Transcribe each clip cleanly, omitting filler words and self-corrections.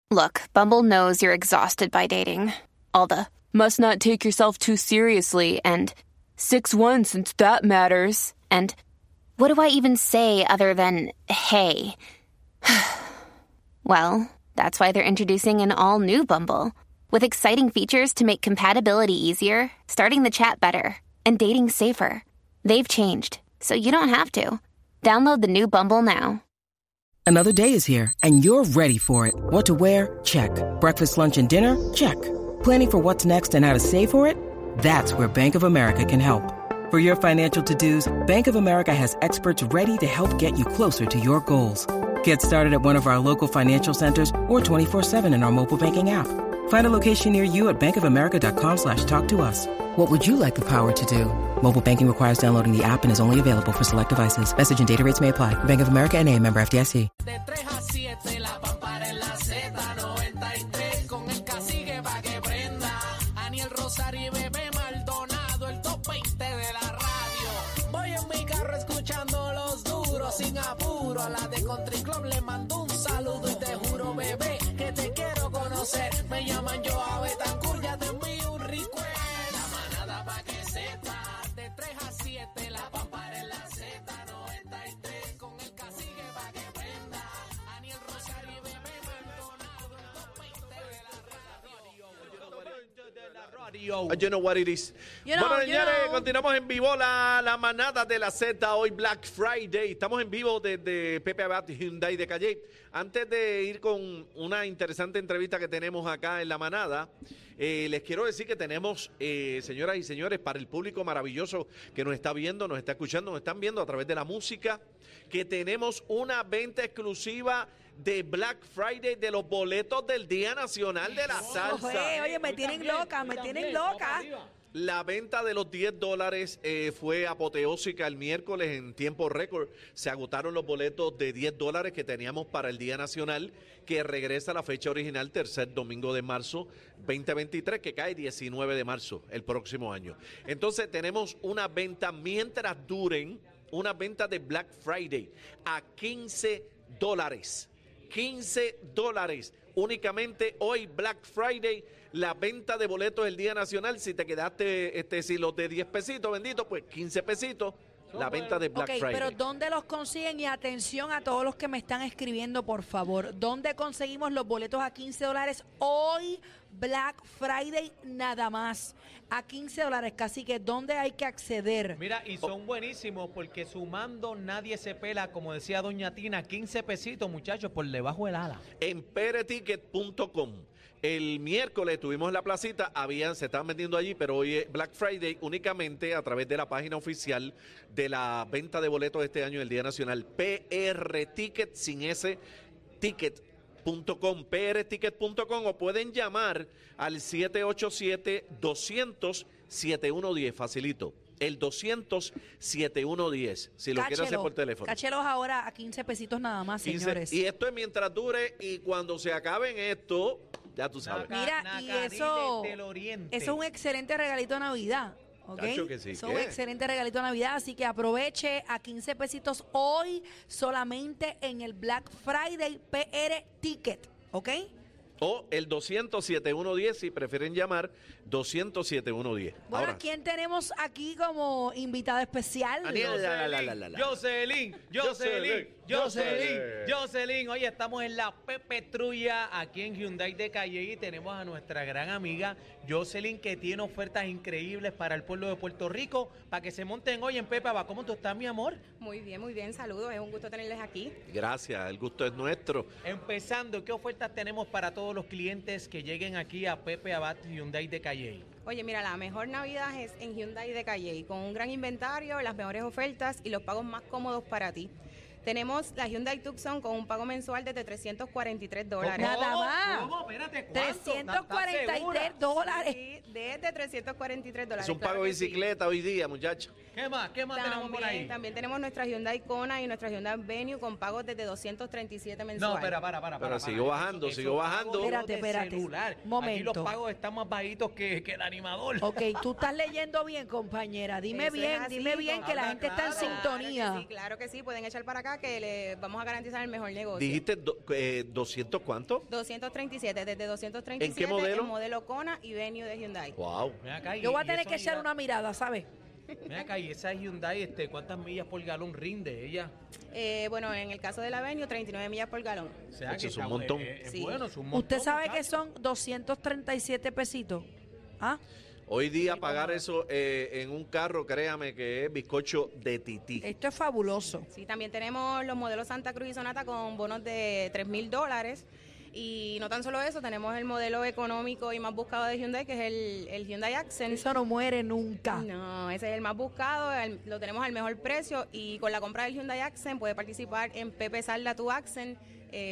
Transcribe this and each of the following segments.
Look, Bumble knows you're exhausted by dating. All the must not take yourself too seriously and 6'1" since that matters. And what do I even say other than hey? Well, that's why they're introducing an all-new Bumble with exciting features to make compatibility easier, starting the chat better, and dating safer. They've changed, so you don't have to. Download the new Bumble now. Another day is here, and you're ready for it. What to wear? Check. Breakfast, lunch, and dinner? Check. Planning for what's next and how to save for it? That's where Bank of America can help. For your financial to-dos, Bank of America has experts ready to help get you closer to your goals. Get started at one of our local financial centers or 24/7 in our mobile banking app. Find a location near you at bankofamerica.com/talktous. What would you like the power to do? Mobile banking requires downloading the app and is only available for select devices. Message and data rates may apply. Bank of America N.A., member FDIC. De 3 a 7, la pampara en la Z93, con el cacique pa' que prenda. Aniel Rosario y Bebé Maldonado, el top 20 de la radio. Voy en mi carro escuchando los duros, sin apuro. A la de Country Club le mando un saludo y te juro, bebé, que te quiero conocer. Me llaman yo a Betancourt, ya te envío un request. Pa' que sepa, de 3 a 7, la pampara en la Z93, con el cacique pa' que prenda. Aniel Rosario y Bebé Maldonado, el top 20 de la radio. You know what it is. Bueno, señores, continuamos en vivo la manada de la Z. Hoy Black Friday. Estamos en vivo desde Pepe Abad Hyundai de Calle. Antes de ir con una interesante entrevista que tenemos acá en la manada, les quiero decir que tenemos, señoras y señores, para el público maravilloso que nos está viendo, nos está escuchando, nos están viendo a través de la música, que tenemos una venta exclusiva de Black Friday de los boletos del Día Nacional de la Salsa. Oye, me tienen loca. La venta de los $10 fue apoteósica el miércoles en tiempo récord. Se agotaron los boletos de $10 que teníamos para el Día Nacional, que regresa a la fecha original, tercer domingo de marzo 2023, que cae 19 de marzo el próximo año. Entonces tenemos una venta, mientras duren, una venta de Black Friday a $15. $15. Únicamente hoy, Black Friday, la venta de boletos del Día Nacional. Si te quedaste, si los de 10 pesitos, bendito, pues 15 pesitos. La venta de Black Friday. Pero ¿dónde los consiguen? Y atención a todos los que me están escribiendo, por favor. ¿Dónde conseguimos los boletos a $15 hoy? Black Friday nada más. A $15, casi que ¿dónde hay que acceder? Mira, y son buenísimos porque sumando nadie se pela, como decía doña Tina, 15 pesitos, muchachos, por debajo del ala. En pereticket.com. El miércoles tuvimos en la placita, se estaban vendiendo allí, pero hoy es Black Friday únicamente a través de la página oficial de la venta de boletos de este año del Día Nacional, PRTicket, sin ese, ticket.com, prticket.com, o pueden llamar al 787-200-7110, facilito. El 200-7110, si lo quiere hacer por teléfono. Cáchelos ahora a 15 pesitos nada más, señores. Y esto es mientras dure, y cuando se acaben esto, ya tú sabes. Mira, y eso es un excelente regalito de Navidad. ¿Okay? Que sí, es un excelente regalito de Navidad, así que aproveche a 15 pesitos hoy solamente en el Black Friday PR Ticket, ¿ok? O el 200-7110, si prefieren llamar, 200-7110. Bueno, ahora, ¿quién tenemos aquí como invitado especial? Jocelyn. Hoy estamos en la Pepe Trulla, aquí en Hyundai de Calle, y tenemos a nuestra gran amiga Jocelyn, que tiene ofertas increíbles para el pueblo de Puerto Rico, para que se monten hoy en Pepe Abad. ¿Cómo tú estás, mi amor? Muy bien, saludos, es un gusto tenerles aquí. Gracias, el gusto es nuestro. Empezando, ¿qué ofertas tenemos para todos los clientes que lleguen aquí a Pepe Abad Hyundai de Calle? Oye, mira, la mejor Navidad es en Hyundai de Calle, con un gran inventario, las mejores ofertas y los pagos más cómodos para ti. Tenemos la Hyundai Tucson con un pago mensual desde $343. Nada más. ¿Cómo? Espérate, ¿cuánto? $343. Sí, desde $343. Es un pago de bicicleta hoy día, muchachos. ¿Qué más tenemos por ahí? También tenemos nuestra Hyundai Kona y nuestra Hyundai Venue con pagos desde $237 mensuales. No, para. Pero sigo bajando. Espérate. Momento. Aquí los pagos están más bajitos que el animador. Ok, tú estás leyendo bien, compañera. Dime bien que la gente está en sintonía. Claro que sí, pueden echar para acá que le vamos a garantizar el mejor negocio. Dijiste 200 ¿cuánto? 237, desde 237. ¿En qué modelo? El modelo Kona y Venue de Hyundai. Wow. Ven acá, Yo voy a y tener eso que echar mira- una mirada, ¿sabes? Ven acá, y esa Hyundai, ¿cuántas millas por galón rinde ella? Bueno, en el caso de la Venue, 39 millas por galón. O sea, Eso que es un está montón. Sí. bueno, es un montón. ¿Usted sabe que muchacho. son 237 pesitos? ¿Ah? Hoy día pagar eso en un carro, créame que es bizcocho de tití. Esto es fabuloso. Sí, también tenemos los modelos Santa Cruz y Sonata con bonos de $3,000. Y no tan solo eso, tenemos el modelo económico y más buscado de Hyundai, que es el Hyundai Accent. Eso no muere nunca. No, ese es el más buscado, lo tenemos al mejor precio y con la compra del Hyundai Accent puede participar en Pepe Salda Tu Accent.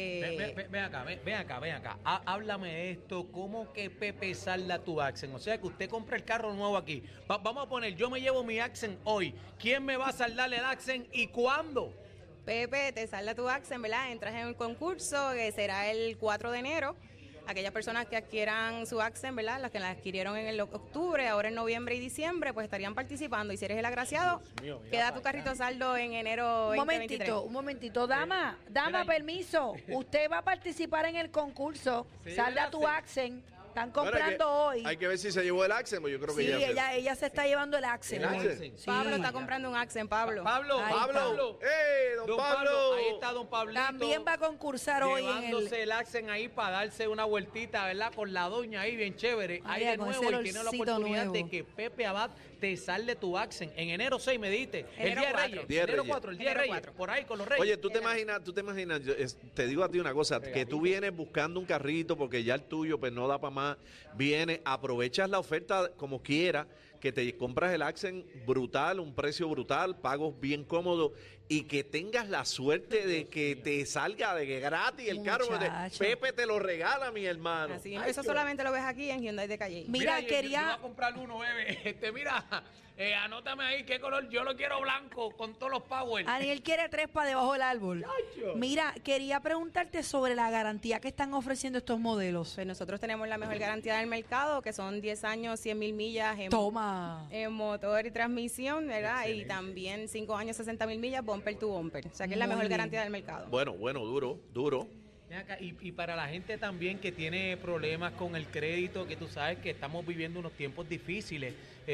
Ven acá. Háblame de esto. ¿Cómo que Pepe salda tu Accent? O sea, que usted compra el carro nuevo aquí. Vamos a poner, yo me llevo mi Accent hoy. ¿Quién me va a saldar el Accent y cuándo? Pepe, te salda tu Accent, ¿verdad? Entras en un concurso que será el 4 de enero. Aquellas personas que adquieran su Accent, ¿verdad? Las que la adquirieron en el octubre, ahora en noviembre y diciembre, pues estarían participando. Y si eres el agraciado, queda tu carrito saldo en enero 2023. Un momentito. Dama, permiso. Usted va a participar en el concurso. Sí, Salda tu ¿verdad? Accent. Están Bueno, comprando hoy. Hay que ver si se llevó el Accent, pues yo creo que Sí, ya ella se está llevando el Accent. ¿El hoy. Accent? Sí. Pablo está comprando un Accent, Pablo. Pablo, Ahí Pablo. Don Pablo. Ahí está don Pablito. También va a concursar hoy en llevándose el Accent ahí para darse una vueltita, ¿verdad? Con la doña ahí bien chévere. Ahí Mira, de con nuevo ese y tiene la olorcito oportunidad nuevo. de que Pepe Abad te salde tu Accent. En enero 6 me diste. El Enero día de 4. Reyes. Día de Enero Reyes. 4, el día de Enero Reyes. 4. Por ahí con los Reyes. Oye, tú te imaginas, te digo a ti una cosa, que tú vienes buscando un carrito porque ya el tuyo pues no da para más, vienes, aprovechas la oferta como quiera, que te compras el Accent brutal, un precio brutal, pagos bien cómodos y que tengas la suerte de que te salga de gratis el carro. Muchacho. Pepe te lo regala, mi hermano. Así es, eso solamente lo ves aquí en Hyundai de Calle. Mira, yo voy quería... a comprar uno, bebé. Mira, anótame ahí qué color. Yo lo quiero blanco con todos los power. Aniel quiere 3 para debajo del árbol. Mira, quería preguntarte sobre la garantía que están ofreciendo estos modelos. Pues nosotros tenemos la mejor garantía del mercado, que son 10 años, 100,000 millas Toma. en motor y transmisión, ¿verdad? Y también 5 años, 60,000 millas, bumper to bumper. O sea que es la Muy mejor bien. garantía del mercado. Bueno, duro. Ven acá, y para la gente también que tiene problemas con el crédito, que tú sabes que estamos viviendo unos tiempos difíciles,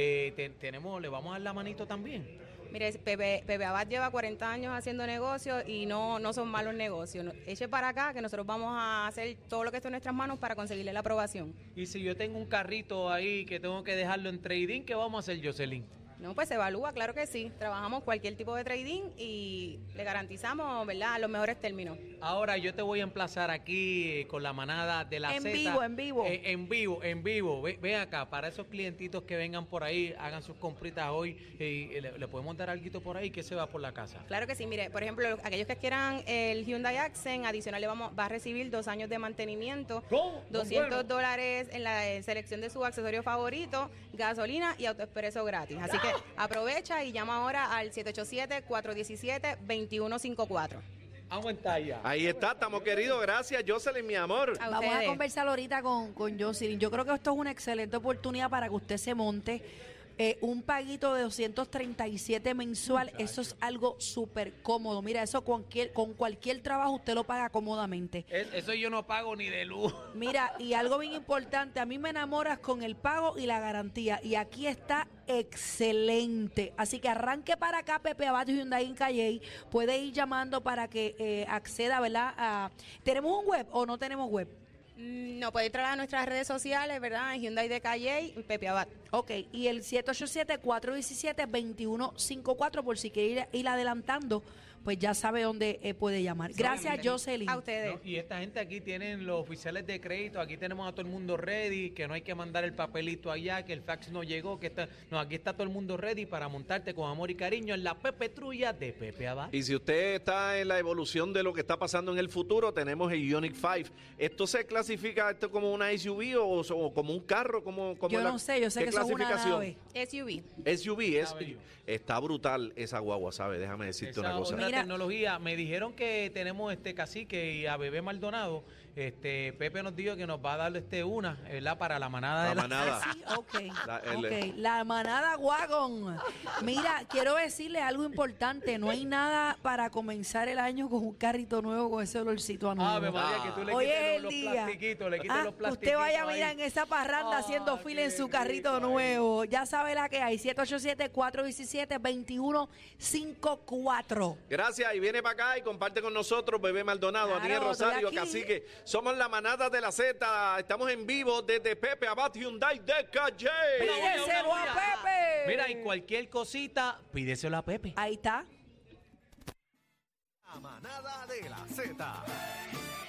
le vamos a dar la manito también. Mire, Pepe Abad lleva 40 años haciendo negocios y no son malos negocios. Eche para acá que nosotros vamos a hacer todo lo que esté en nuestras manos para conseguirle la aprobación. Y si yo tengo un carrito ahí que tengo que dejarlo en trading, ¿qué vamos a hacer, Jocelyn? No, pues se evalúa, claro que sí. Trabajamos cualquier tipo de trading y le garantizamos, ¿verdad?, los mejores términos. Ahora yo te voy a emplazar aquí con la manada de la En Z. vivo, en vivo. En vivo. Ven acá, para esos clientitos que vengan por ahí, hagan sus compritas hoy, le podemos dar algo por ahí que se va por la casa. Claro que sí, mire, por ejemplo, aquellos que quieran el Hyundai Accent, adicional va a recibir 2 años de mantenimiento, ¿Cómo? $200 en la selección de su accesorio favorito, gasolina y autoexpreso gratis. Así que aprovecha y llama ahora al 787-417-2154. Vamos en talla. Ahí está, estamos queridos. Gracias, Jocelyn, mi amor. A Vamos a ustedes. conversar ahorita con Jocelyn. Yo creo que esto es una excelente oportunidad para que usted se monte un paguito de 237 mensual. Eso es algo súper cómodo. Mira, eso con cualquier trabajo usted lo paga cómodamente. Eso yo no pago ni de luz. Mira, y algo bien importante, a mí me enamoras con el pago y la garantía. Y aquí está excelente. Así que arranque para acá, Pepe Abad Hyundai en Calley. Puede ir llamando para que acceda, ¿verdad? ¿Tenemos un web o no tenemos web? No, puede entrar a nuestras redes sociales, ¿verdad? En Hyundai de Calle y Pepe Abad. Ok, y el 787-417-2154, por si quiere ir adelantando, pues ya sabe dónde puede llamar. Gracias, Jocelyn. A ustedes. No, y esta gente aquí tienen los oficiales de crédito, aquí tenemos a todo el mundo ready, que no hay que mandar el papelito allá, que el fax no llegó, aquí está todo el mundo ready para montarte con amor y cariño en la Pepe Trulla de Pepe Abad. Y si usted está en la evolución de lo que está pasando en el futuro, tenemos el Ioniq 5. ¿Esto se clasifica como una SUV o como un carro? Yo no sé, yo sé ¿qué que eso es una clasificación? nave. SUV. SUV, está brutal esa guagua, ¿sabes? Déjame decirte Esa una cosa. otra Mira. tecnología. Me dijeron que tenemos Cacique y a Bebé Maldonado. Pepe nos dijo que nos va a dar una, ¿verdad? Para la manada de la manada. Sí, ok. La manada Wagon. Mira, quiero decirle algo importante. No hay nada para comenzar el año con un carrito nuevo con ese olorcito a nuevo. Ave María, que tú le Hoy es quites el los día. plastiquitos, le quites los plastiquitos. Usted vaya, mira, ahí. en esa parranda haciendo fila en su qué carrito rico nuevo. Ya sabe la que hay. 787-417-2154. Gracias, y viene para acá y comparte con nosotros, Bebé Maldonado, Claro, Aniel Rosario, estoy aquí. Cacique. Somos la manada de la Z. Estamos en vivo desde Pepe Abad Hyundai de Calle. Pídeselo a Pepe. Mira, y cualquier cosita, pídeselo a Pepe. Ahí está. La manada de la Z.